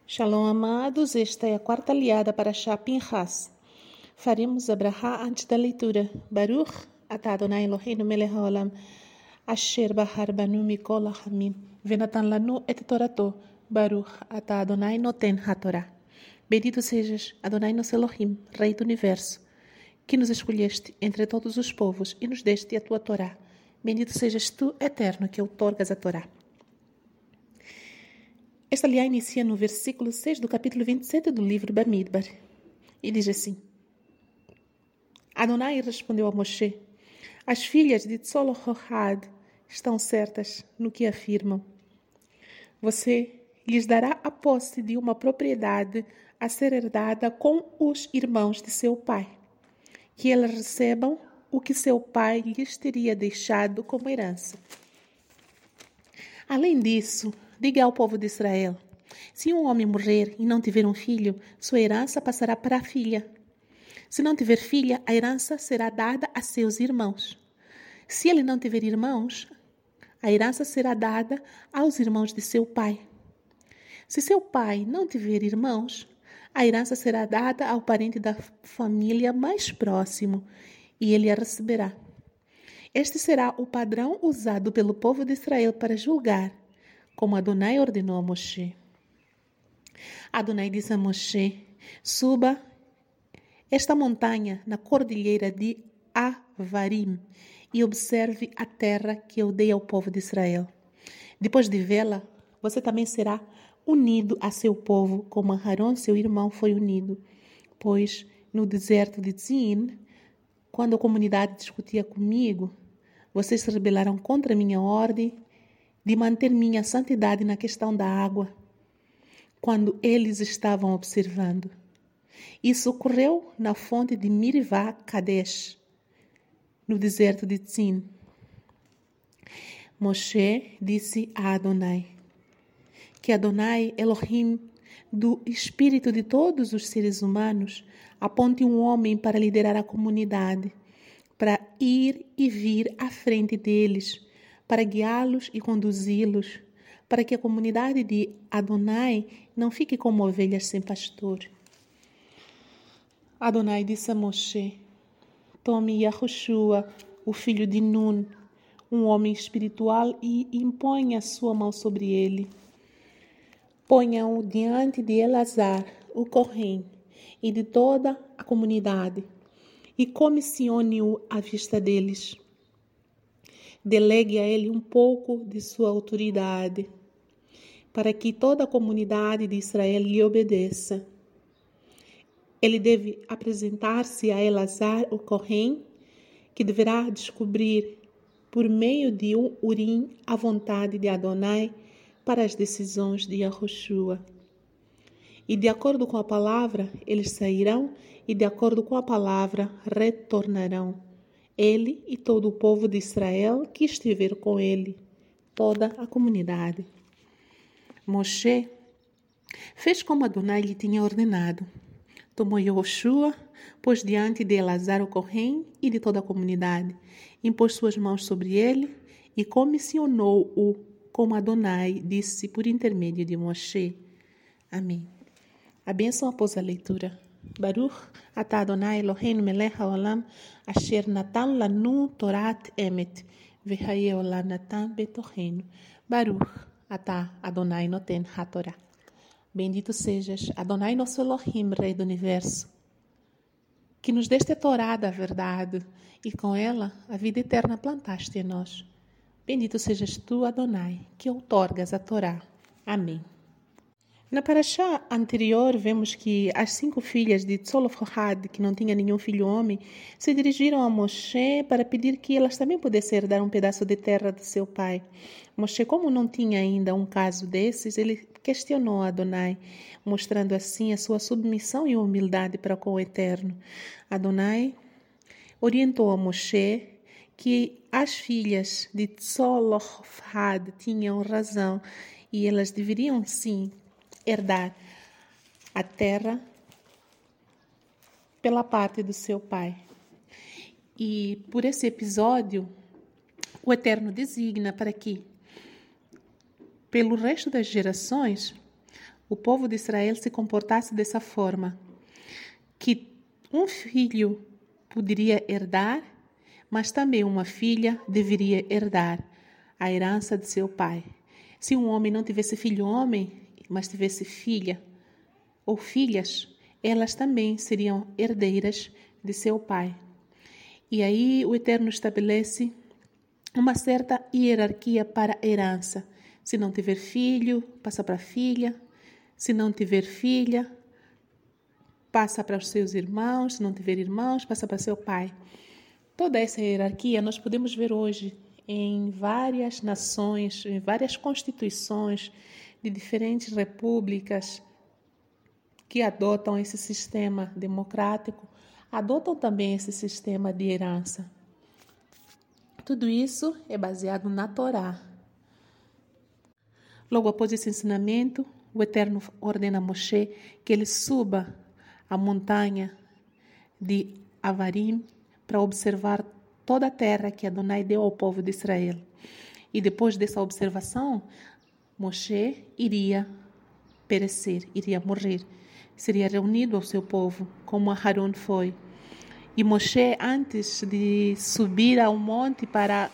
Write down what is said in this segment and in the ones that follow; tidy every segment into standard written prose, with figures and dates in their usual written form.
Shalom, amados. Esta é a quarta aliada para Shah Pinchas. Faremos a brachá antes da leitura. Baruch atah Adonai Eloheinu melech haolam asher bahar banu mikol hachamim venatan lanu et torato. Baruch atah Adonai noten hatorá. Bendito sejas, Adonai nosso Elohim, Rei do Universo, que nos escolheste entre todos os povos e nos deste a tua Torá. Bendito sejas tu, Eterno, que outorgas a Torá. Esta aliá inicia no versículo 6 do capítulo 27 do livro Bamidbar. E diz assim: Adonai respondeu a Moshe: as filhas de Tzolochad estão certas no que afirmam. Você lhes dará a posse de uma propriedade a ser herdada com os irmãos de seu pai, que elas recebam o que seu pai lhes teria deixado como herança. Além disso, diga ao povo de Israel: se um homem morrer e não tiver um filho, sua herança passará para a filha. Se não tiver filha, a herança será dada a seus irmãos. Se ele não tiver irmãos, a herança será dada aos irmãos de seu pai. Se seu pai não tiver irmãos, a herança será dada ao parente da família mais próximo, e ele a receberá. Este será o padrão usado pelo povo de Israel para julgar, como Adonai ordenou a Moshe. Adonai disse a Moshe: suba esta montanha na cordilheira de Avarim e observe a terra que eu dei ao povo de Israel. Depois de vê-la, você também será unido a seu povo, como Aharon, seu irmão, foi unido. Pois no deserto de Tzin, quando a comunidade discutia comigo, vocês se rebelaram contra a minha ordem de manter minha santidade na questão da água, quando eles estavam observando. Isso ocorreu na fonte de Mirivá Kadesh, no deserto de Tzin. Moshe disse a Adonai: que Adonai, Elohim, do espírito de todos os seres humanos, aponte um homem para liderar a comunidade, para ir e vir à frente deles, para guiá-los e conduzi-los, para que a comunidade de Adonai não fique como ovelhas sem pastor. Adonai disse a Moshe: tome Yahushua, o filho de Nun, um homem espiritual, e imponha sua mão sobre ele. Ponha-o diante de Elazar, o Kohen, e de toda a comunidade, e comissione-o à vista deles. Delegue a ele um pouco de sua autoridade, para que toda a comunidade de Israel lhe obedeça. Ele deve apresentar-se a Elazar, o Kohen, que deverá descobrir, por meio de um Urim, a vontade de Adonai para as decisões de Yahushua. E de acordo com a palavra, eles sairão, e de acordo com a palavra, retornarão. Ele e todo o povo de Israel que estiver com ele, toda a comunidade. Moshe fez como Adonai lhe tinha ordenado. Tomou Yahushua, pôs diante de Elazar o Kohen e de toda a comunidade, impôs suas mãos sobre ele e comissionou-o, como Adonai disse por intermédio de Moshe. Amém. A bênção após a leitura. Baruch atah Adonai Eloheinu melech haolam asher natan lanu torat emet v'hayeh olam natan betochenu. Baruch atah Adonai noten hatorá. Bendito sejas, Adonai nosso Elohim, Rei do Universo, que nos deste a Torá da verdade e com ela a vida eterna plantaste em nós. Bendito sejas tu, Adonai, que outorgas a Torá. Amém. Na paraxá anterior, vemos que as 5 filhas de Tzolochad, que não tinha nenhum filho homem, se dirigiram a Moshe para pedir que elas também pudessem herdar um pedaço de terra de seu pai. Moshe, como não tinha ainda um caso desses, ele questionou Adonai, mostrando assim a sua submissão e humildade para com o Eterno. Adonai orientou a Moshe que as filhas de Tzolochad tinham razão e elas deveriam sim herdar a terra pela parte do seu pai. E por esse episódio, o Eterno designa para que, pelo resto das gerações, o povo de Israel se comportasse dessa forma, que um filho poderia herdar, mas também uma filha deveria herdar a herança de seu pai. Se um homem não tivesse filho homem, mas tivesse filha ou filhas, elas também seriam herdeiras de seu pai. E aí o Eterno estabelece uma certa hierarquia para a herança. Se não tiver filho, passa para a filha. Se não tiver filha, passa para os seus irmãos. Se não tiver irmãos, passa para seu pai. Toda essa hierarquia nós podemos ver hoje em várias nações, em várias constituições de diferentes repúblicas que adotam esse sistema democrático, adotam também esse sistema de herança. Tudo isso é baseado na Torá. Logo após esse ensinamento, o Eterno ordena a Moshe que ele suba a montanha de Avarim para observar toda a terra que Adonai deu ao povo de Israel. E depois dessa observação, Moshe iria perecer, iria morrer. Seria reunido ao seu povo, como Aharon foi. E Moshe, antes de subir ao monte para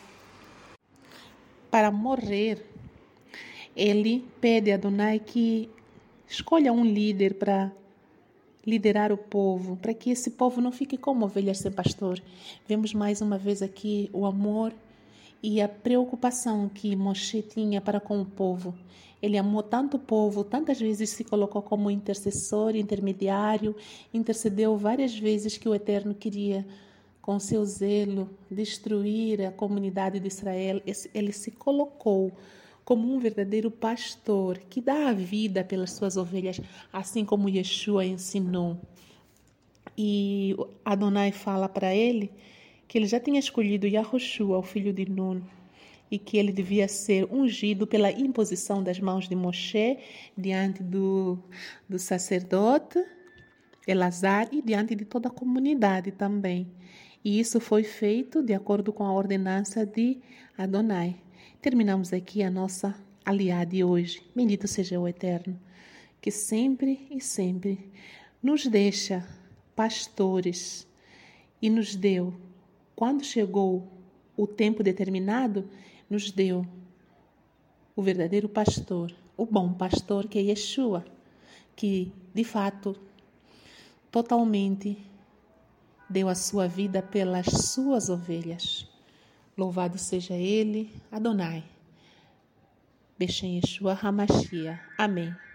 morrer, ele pede a Adonai que escolha um líder para liderar o povo, para que esse povo não fique como ovelhas sem pastor. Vemos mais uma vez aqui o amor e a preocupação que Moshe tinha para com o povo. Ele amou tanto o povo, tantas vezes se colocou como intercessor, intermediário, intercedeu várias vezes que o Eterno queria, com seu zelo, destruir a comunidade de Israel. Ele se colocou como um verdadeiro pastor que dá a vida pelas suas ovelhas, assim como Yeshua ensinou. E Adonai fala para ele que ele já tinha escolhido Yahushua, o filho de Nun, e que ele devia ser ungido pela imposição das mãos de Moshe diante do sacerdote Elazar e diante de toda a comunidade também. E isso foi feito de acordo com a ordenança de Adonai. Terminamos aqui a nossa aliá de hoje. Bendito seja o Eterno, que sempre e sempre nos deixa pastores e nos deu, quando chegou o tempo determinado, nos deu o verdadeiro pastor, o bom pastor que é Yeshua, que de fato totalmente deu a sua vida pelas suas ovelhas. Louvado seja ele, Adonai. Beshem Yeshua HaMashiach. Amém.